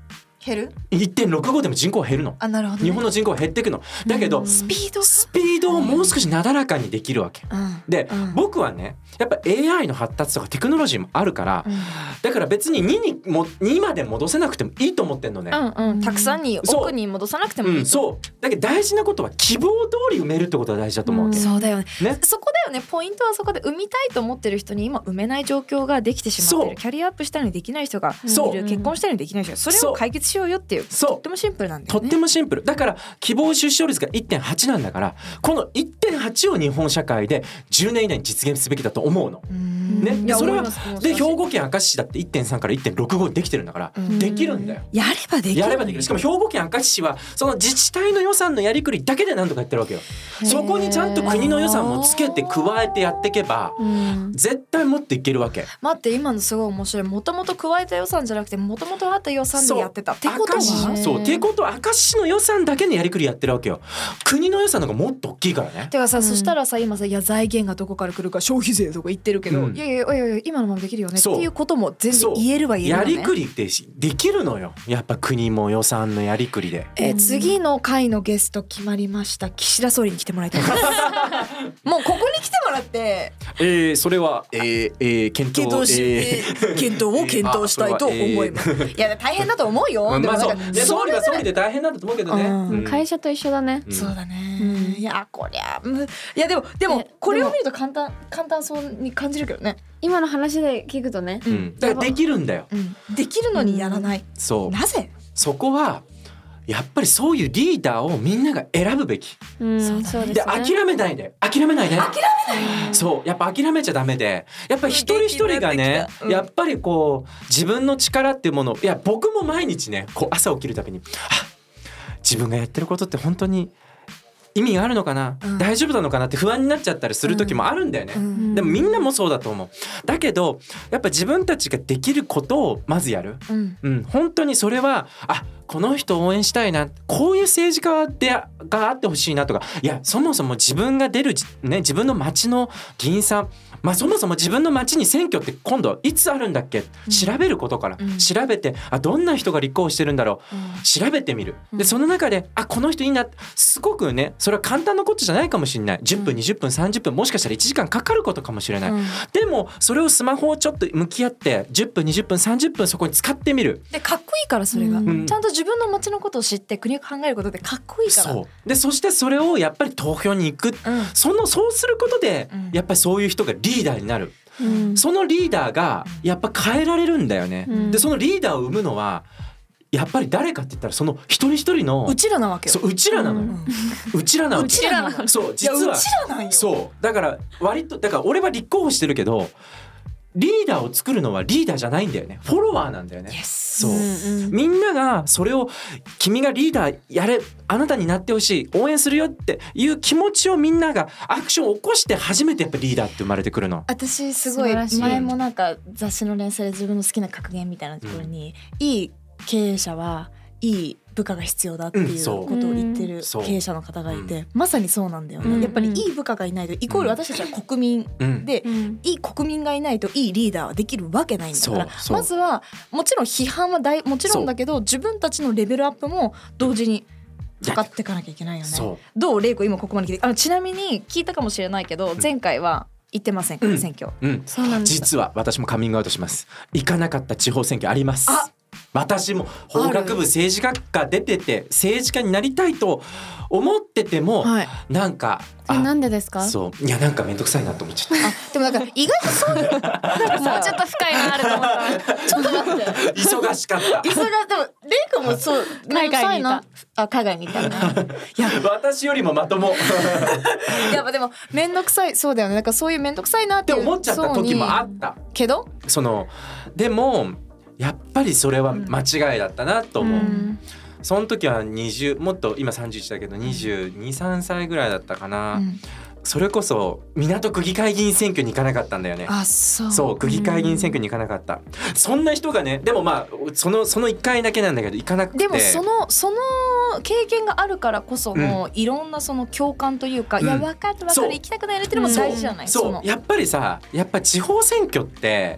減るいってんろくご でも人口は減るの。 あなるほど、ね、 日本の人口は減っていくのだけど、うん、 スピードスピードをもう少しなだらかにできるわけ、うん、で、うん、僕はねやっぱ エーアイ の発達とかテクノロジーもあるから、うん、だから別にににもにまで戻せなくてもいいと思ってんのね、 うんうん、たくさんに奥に戻さなくてもいい、 うん、そうだけど大事なことは希望通り埋めるってことが大事だと思うわけ、 うん、そうだよ ね, ねそこだよね。ポイントはそこで産みたいと思ってる人に今産めない状況ができてしまってる。キャリアアップしたのにできない人がいる、結婚したのにできない人がそれを解決しようよっていう、とってもシンプルなんだよね。 とってもシンプルだから希望出生率が いってんはち なんだからこの いってんはち を日本社会でじゅうねん以内に実現すべきだと思うの。ね、それはで兵庫県明石市だって いってんさん から いってんろくご できてるんだからできるんだよ。 やればできる。 やればできる。しかも兵庫県明石市はその自治体の予算のやりくりだけで何とかやってるわけよ。そこにちゃんと国の予算もつけて加えてやっていけば絶対持っていけるわけ。 待って今のすごい面白い。もともと加えた予算じゃなくてもともとあった予算でやってたってことはそうってことは明石市の予算だけのやりくりやってるわけよ。国の予算の方がもっと大きいからね。 てかさ、うん、そしたらさ今さいや財源がどこから来るか消費税とか言ってるけど、うん、いやいやいやいや今のままできるよねっていうことも全然言えるは言えるよね。 やりくりってできるのよやっぱ国も予算のやりくりで。 えー、次の回のゲスト決まりました。岸田総理に来てもらいたいもうここに来てもらってえー、それは、えーえー、検討検討し、えー、検討を検討したいと思います、えー、いや大変だと思うよ、 うん、まあそうで総理は総理で大変だと思うけどね、 うんうん、会社と一緒だね、 うん、そうだね、うん、いやこりゃいやでもでもこれを見ると簡単簡単そうに感じるけどね今の話で聞くとね、 うん、だからできるんだよ、 うん、できるのにやらない、うん、 そうなぜそこはやっぱりそういうリーダーをみんなが選ぶべき、 うん、そうですね。 で諦めないで諦めないで諦めないそうやっぱ諦めちゃダメでやっぱり一人一人がね、うん、やっぱりこう自分の力っていうものいや僕も毎日ねこう朝起きるたびにあ自分がやってることって本当に意味があるのかな、うん、大丈夫なのかなって不安になっちゃったりする時もあるんだよね、うんうん、でもみんなもそうだと思う。だけどやっぱ自分たちができることをまずやる、うんうん、本当にそれはあこの人を応援したいなこういう政治家でがあってほしいなとかいやそもそも自分が出る、ね、自分の町の議員さんまあそもそも自分の町に選挙って今度いつあるんだっけ、うん、調べることから、うん、調べてあどんな人が立候補してるんだろう、うん、調べてみるでその中であこの人いいなすごくねそれは簡単なことじゃないかもしれないじゅっぷんにじゅっぷんさんじゅっぷんもしかしたらいちじかんかかることかもしれない、うん、でもそれをスマホをちょっと向き合ってじゅっぷんにじゅっぷんさんじゅっぷんそこに使ってみるでかっこいいからそれが、うん、ちゃんと自分の町のことを知って国を考えることでかっこいいからそうでそしてそれをやっぱり投票に行く、うん、そのそうすることで、うん、やっぱりそういう人がリーダーになる、うん、そのリーダーがやっぱ変えられるんだよね、うん、でそのリーダーを生むのはやっぱり誰かって言ったらその一人一人のうちらなわけよ。 そううちらなのよ、うん、うちらなわけ。 うちらなの。 そう実はうちらなんよ。 そうだから割とだから俺は立候補してるけどリーダーを作るのはリーダーじゃないんだよねフォロワーなんだよね、 yes. そう、うんうん、みんながそれを君がリーダーやれあなたになってほしい応援するよっていう気持ちをみんながアクションを起こして初めてやっぱリーダーって生まれてくるの。 私すごい前もなんか雑誌の連載で自分の好きな格言みたいなところに、うん、いい経営者はいい部下が必要だっていうことを言ってる経営者の方がいて、うん、まさにそうなんだよね、うん、やっぱりいい部下がいないとイコール私たちは国民で、うん、いい国民がいないといいリーダーはできるわけないんだからまずはもちろん批判は大もちろんだけど自分たちのレベルアップも同時に測っていかなきゃいけないよね。どう玲子今ここまで聞いてあのちなみに聞いたかもしれないけど前回は行ってませんか、うん、選挙、 うん、そうなんです。実は私もカミングアウトします行かなかった地方選挙あります。あ私も法学部政治学科出てて政治家になりたいと思ってても、はい、なんかえなんでですか。 そういやなんかめんどくさいなと思っちゃった。 あでもなんか意外とそういうなんかもうちょっと深いなあると思ったちょっと待って忙しかった忙しでもレイ君もそう海外にいたあ海外にいたねいや私よりもまともやっぱでもめんどくさいそうだよねなんかそういうめんどくさいなって思っちゃった時もあったけどそのでもやっぱりそれは間違いだったなと思う、うん、その時はにじゅうもっと今さんじゅういちだけどにじゅうに、さんさいぐらいだったかな、うん、それこそ港区議会議員選挙に行かなかったんだよね。 あそうそう区議会議員選挙に行かなかった、うん、そんな人がねでもまあそのそのいっかいだけなんだけど行かなくてでもそのその経験があるからこその、うん、いろんなその共感というか、うん、いや分かる分かる行きたくないねっていうのも大事じゃない。 そうそうやっぱりさやっぱ地方選挙って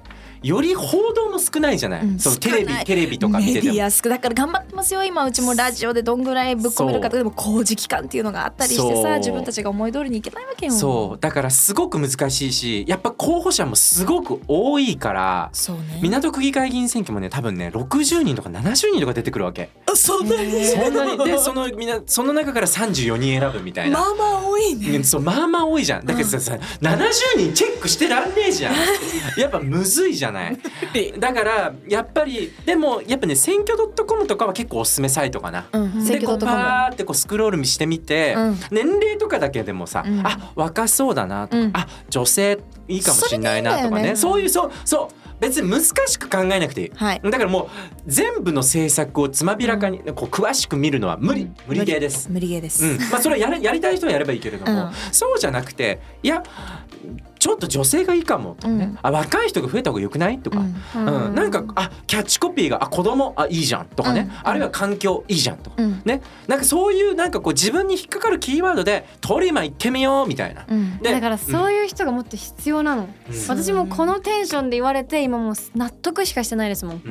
より報道も少ないじゃない、 うんそうテレビテレビとか見ててもメディア少だから頑張ってますよ今。うちもラジオでどんぐらいぶっ込めるかとかでも工事期間っていうのがあったりしてそうさ、自分たちが思い通りにいけないわけよ。 そうだからすごく難しいし、やっぱ候補者もすごく多いから、 そうね。 港区議会議員選挙もね多分ねろくじゅうにんとかななじゅうにんとか出てくるわけ。 あそんなにそんなにでそのみんなその中からさんじゅうよにん選ぶみたいな。 まあまあ多いね。 そうまあまあ多いじゃん。だけどさ、うん、ななじゅうにんチェックしてらんねえじゃん。やっぱむずいじゃない。だからやっぱりでもやっぱね選挙 .com とかは結構おすすめサイトかな。 うん、 でこうパーってこうスクロールしてみて、うん、年齢とかだけでもさ、うん、あ若そうだなとか、うん、あ女性いいかもしれないなとか ね, ねそういうそうそう別に難しく考えなくていい、はい、だからもう全部の政策をつまびらかに、うん、こう詳しく見るのは無理、うん、無理ゲーです無理ゲーです、 うんまあ、それを や, やりたい人はやればいいけれども、うん、そうじゃなくていやちょっと女性がいいかもとかね、うん、あ若い人が増えた方が良くないとか、うんうん、なんかあキャッチコピーがあ子供あいいじゃんとかね、うん、あるいは環境いいじゃんとか、うん、ねなんかそういうなんかこう自分に引っかかるキーワードでトリマ行ってみようみたいな、 うん、でだからそういう人がもっと必要なの、うん、私もこのテンションで言われて今もう納得しかしてないですもん、うん、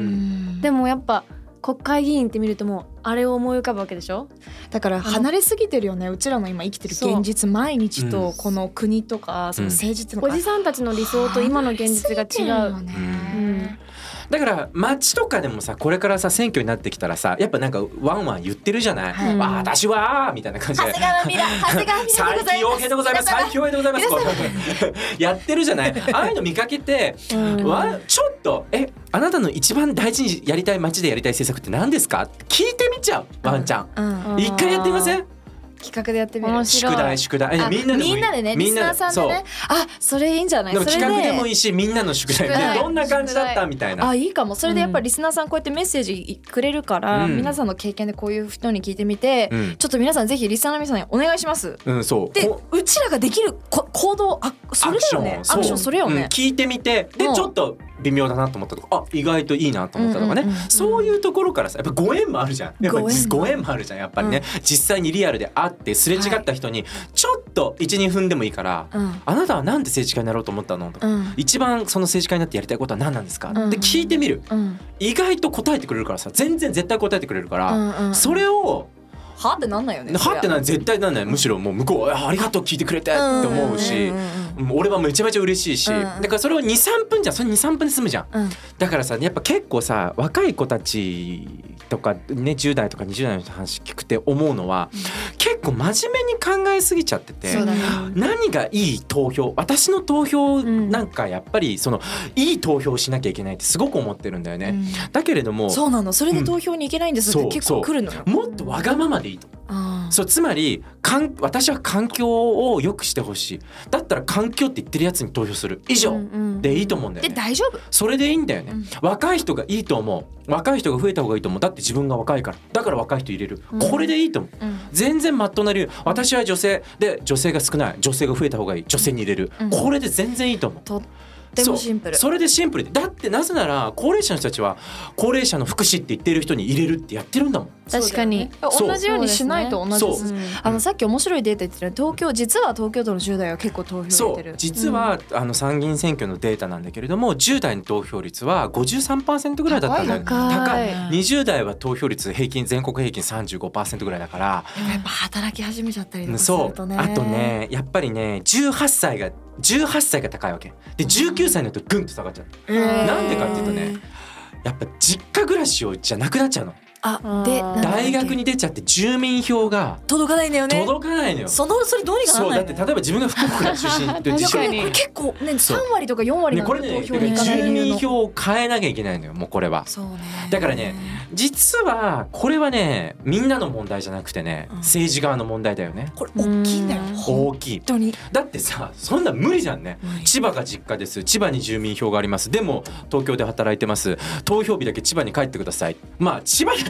でもやっぱ国会議員って見るともうあれを思い浮かぶわけでしょ。 だから離れすぎてるよねうちらの今生きてる現実毎日とこの国とかその政治っていうのが、 おじさんたちの理想と今の現実が違うよね、うん、 だから街とかでもさこれからさ選挙になってきたらさやっぱなんかワンワン言ってるじゃない、はい、私はみたいな感じで長谷川ミラ長谷川ミラでございます最強兵でございます最強兵でございますやってるじゃないああいうの見かけて、うん、わちょっとえあなたの一番大事にやりたい街でやりたい政策って何ですか聞いてみちゃうワンちゃん、うん、一回やってみません企画でやってみる宿題宿題えみんなでもいいみんなでねリスナーさんでねあそれいいんじゃない。 でもそれで企画でもいいしみんなの宿題でどんな感じだったみたいなあいいかも。それでやっぱりリスナーさんこうやってメッセージくれるから、うん、皆さんの経験でこういう人に聞いてみて、うん、ちょっと皆さんぜひリスナーの皆さんにお願いします、 うん、そうでうちらができる行動あそれだよねアクションそれよね、 うん、聞いてみてでちょっと微妙だなと思ったとかあ意外といいなと思ったとかね、うんうんうんうん、そういうところからさやっぱご縁もあるじゃんやっぱご縁もあるじゃんやっぱりね、うん、実際にリアルで会ってすれ違った人にちょっと いちにふんでもいいから、はい、あなたはなんで政治家になろうと思ったのとか、うん、一番その政治家になってやりたいことは何なんですか、うん、って聞いてみる、うん、意外と答えてくれるからさ全然絶対答えてくれるから、うんうん、それをはってなんないよね。 はってなん絶対なんない、むしろもう向こう あ, ありがとう聞いてくれてって思うし、うんうんうん、俺はめちゃめちゃ嬉しいし、うんうん、だからそれを にさんぷんじゃんそれ にさんぷんで済むじゃん、うん、だからさやっぱ結構さ若い子たちとかねじゅう代とかにじゅう代の話聞くて思うのは、うん、結構真面目に考えすぎちゃってて、そうだね、何がいい投票私の投票なんかやっぱりそのいい投票しなきゃいけないってすごく思ってるんだよね、うん、だけれどもそうなのそれで投票に行けないんですって、うん、結構来るのよ。 もっとわがままでいいと、うん、そうつまりかん私は環境を良くしてほしいだったら環境って言ってるやつに投票する以上でいいと思うんだよね、 で大丈夫それでいいんだよね、うん、若い人がいいと思う若い人が増えた方がいいと思うだって自分が若いからだから若い人入れる、うん、これでいいと思う、うん、全然まっとうな理由私は女性で女性が少ない女性が増えた方がいい女性に入れる、うん、これで全然いいと思う。 とでもシンプルそ, それでシンプルでだってなぜなら高齢者の人たちは高齢者の福祉って言ってる人に入れるってやってるんだもん。 確かに、 ね、同じようにしないと同じです、うん、あのさっき面白いデータ言ってた東京実は東京都のじゅう代は結構投票入れてる。 そう実は、うん、あの参議院選挙のデータなんだけれどもじゅう代の投票率は ごじゅうさんパーセント ぐらいだったんだよね。高い。にじゅう代は投票率平均全国平均 さんじゅうごパーセント ぐらいだからやっぱ働き始めちゃったりとかするとね。 そうあとねやっぱりねじゅうはっさいがじゅうはっさいが高いわけでじゅうきゅうさいになるとグンと下がっちゃう、えー、なんでかっていうとねやっぱ実家暮らしをじゃなくなっちゃうの。 あで大学に出ちゃって住民票が届かないんだよね。 届かないのよ。 そのそれどうにかならないの。 そうだって例えば自分が福岡出身で自これ結構ねさんわりとかよんわりなの、ね、投票に行かない住民票を変えなきゃいけないのよもうこれは。 そうね。 だからね実はこれはねみんなの問題じゃなくてね、うん、政治側の問題だよね。 これ大きいんだよ。 大きい。 本当に。 だってさそんな無理じゃんね。千葉が実家です。千葉に住民票があります。でも東京で働いてます。投票日だけ千葉に帰ってください。まあ千葉だっ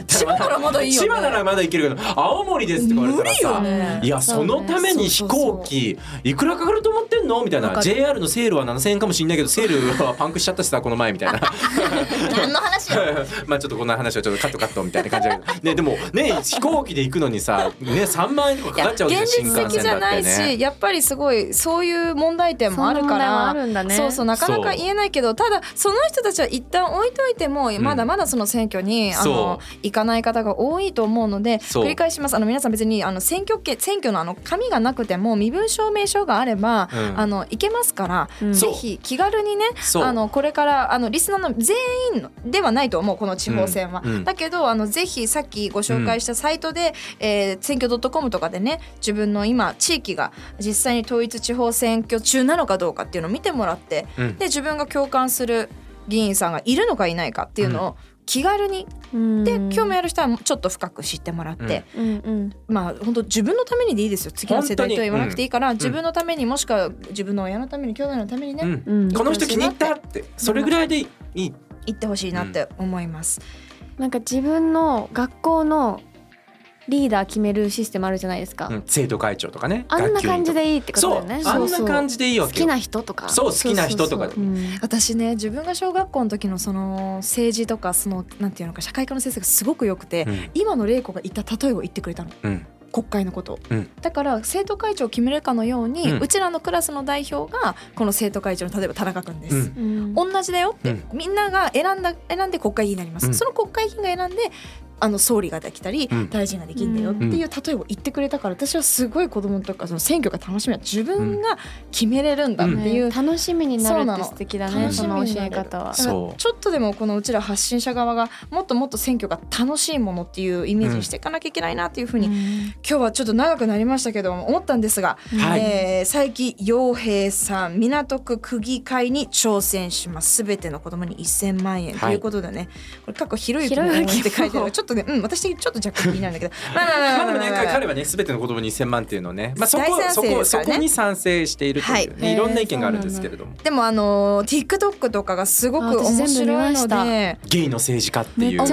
千葉ならまだいいよね。 千葉ならまだ行けるけど青森ですって言われたらさ、 無理よね。 いやそのために飛行機いくらかかると思ってんのみたいな。 ジェイアール のセールはななせんえんかもしれないけどセールはパンクしちゃったしさこの前みたいな何の話よまあちょっとこんな話はちょっとカットカットみたいな感じだけど、ね、でもね飛行機で行くのにさ、ね、さんまんえんとかかかっちゃうんですよ。 現実的じゃないし、ね、やっぱりすごいそういう問題点もあるから、 あるんだね、 そうそうなかなか言えないけど、ただその人たちは一旦置いといても、うん、まだまだその選挙にあの行かない方が多いと思うので、繰り返します。あの皆さん別にあの選挙権選挙のあの紙がなくても身分証明書があれば、うん、あの行けますから、うん、ぜひ気軽にね、あのこれからあのリスナーの全員ではないと思うこの地方選は、うんうん、だけどあのぜひさっきご紹介したサイトで、うんえー、選挙 .com とかでね自分の今地域が実際に統一地方選挙中なのかどうかっていうのを見てもらって、うん、で自分が共感する議員さんがいるのかいないかっていうのを気軽に、うん、で興味ある人はちょっと深く知ってもらって、うんうん、まあ本当自分のためにでいいですよ。次の世代とは言わなくていいから、うん、自分のためにもしくは自分の親のために兄弟のためにね、 うん、この人気に入ったってそれぐらいでいい言ってほしいなって思います、 うん、なんか自分の学校のリーダー決めるシステムあるじゃないですか、 うん、生徒会長とかね、 あんな感じでいいってことだよね。 そうあんな感じでいいわけよ。 好きな人とかそう好きな人とかで、 うん、私ね自分が小学校の時のその政治とかそのなんていうのか社会科の先生がすごく良くて、うん、今の玲子が言った例えを言ってくれたの、うん国会のこと、うん、だから生徒会長を決めるかのように、うん、うちらのクラスの代表がこの生徒会長の例えば田中君です、うん、同じだよって、うん、みんなが選んだ選んで国会議員になります、うん、その国会議員が選んであの総理ができたり、うん、大臣ができるんだよっていう例えを言ってくれたから、私はすごい子供の時からその選挙が楽しみだ、自分が決めれるんだっていう、うんね、楽しみになるって素敵だね。その教え方はそうちょっとでもこのうちら発信者側がもっともっと選挙が楽しいものっていうイメージにしていかなきゃいけないなっていうふうに、うん、今日はちょっと長くなりましたけど思ったんですが、はいえー、佐伯陽平さん港区区議会に挑戦します。すべての子供にせんまんえんということでね、はい、これ過去ひろゆきの応援って書いてあるちょっとね、うん、私的にちょっと若干気になるんだけどまあまあまあまあまあ、まあ、 彼はね全ての子供にせんまんっていうのをね、まあ、そこそこそこに賛成しているというね、はい、いろんな意見があるんですけれども、 でもあの TikTok とかがすごく面白いので、 ゲイの政治家っていう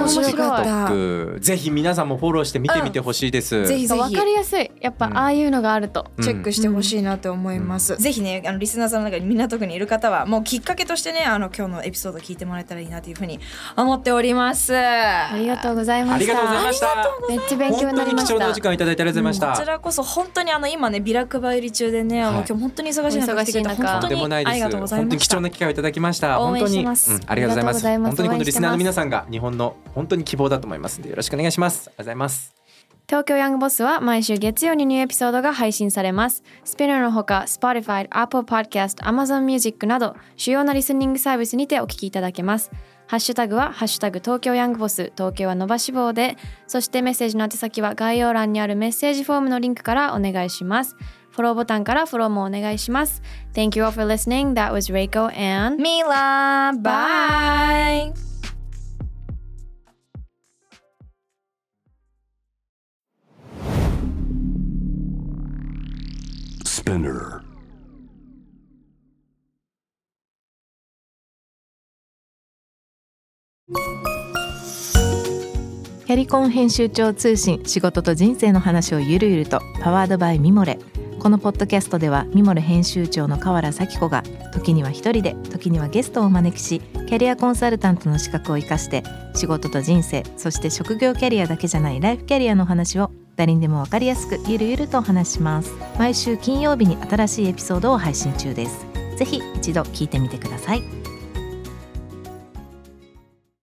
TikTok ぜひ皆さんもフォローして見てみてほしいです、うん、 ぜひぜひ分かりやすい、やっぱああいうのがあると、 うん、チェックしてほしいなと思います、うん、ぜひねあのリスナーさんの中に港区にいる方はもうきっかけとしてねあの今日のエピソード聞いてもらえたらいいなというふうに思っております。 ありがとうございました。 ありがとうございました。 めっちゃ勉強になりました。 本当に貴重なお時間いただいてありがとうございました、うん、 こちらこそ本当にあの今ねビラ配り中でね、はい、あの今日本当に忙しい中来てくれて本当にありがとうございました。 本当に貴重な機会をいただきました。本当に、うん、ありがとうございます。本当にこのリスナーの皆さんが日本の本当に希望だと思いますのでよろしくお願いします。ありがとうございます。 東京ヤングボスは毎週月曜にニューエピソードが配信されます。スピナーのほか Spotify、Apple Podcast、Amazon Music など主要なリスニングサービスにてお聞きいただけます。ハッシュタグはハッシュタグ東京ヤングボス、東京は伸ばし棒で、そしてメッセージの宛先は概要欄にあるメッセージフォームのリンクからお願いします。フォローボタンからフォローもお願いします。Thank you all for listening. That was Reiko and Mila. Bye. Spinner キャリコン編集長通信、仕事と人生の話をゆるゆると、パワードバイミモレ。このポッドキャストではミモレ編集長の河原咲子が時には一人で時にはゲストをお招きし、キャリアコンサルタントの資格を生かして仕事と人生、そして職業キャリアだけじゃないライフキャリアの話を誰にでも分かりやすくゆるゆるとお話します。毎週金曜日に新しいエピソードを配信中です。ぜひ一度聞いてみてください。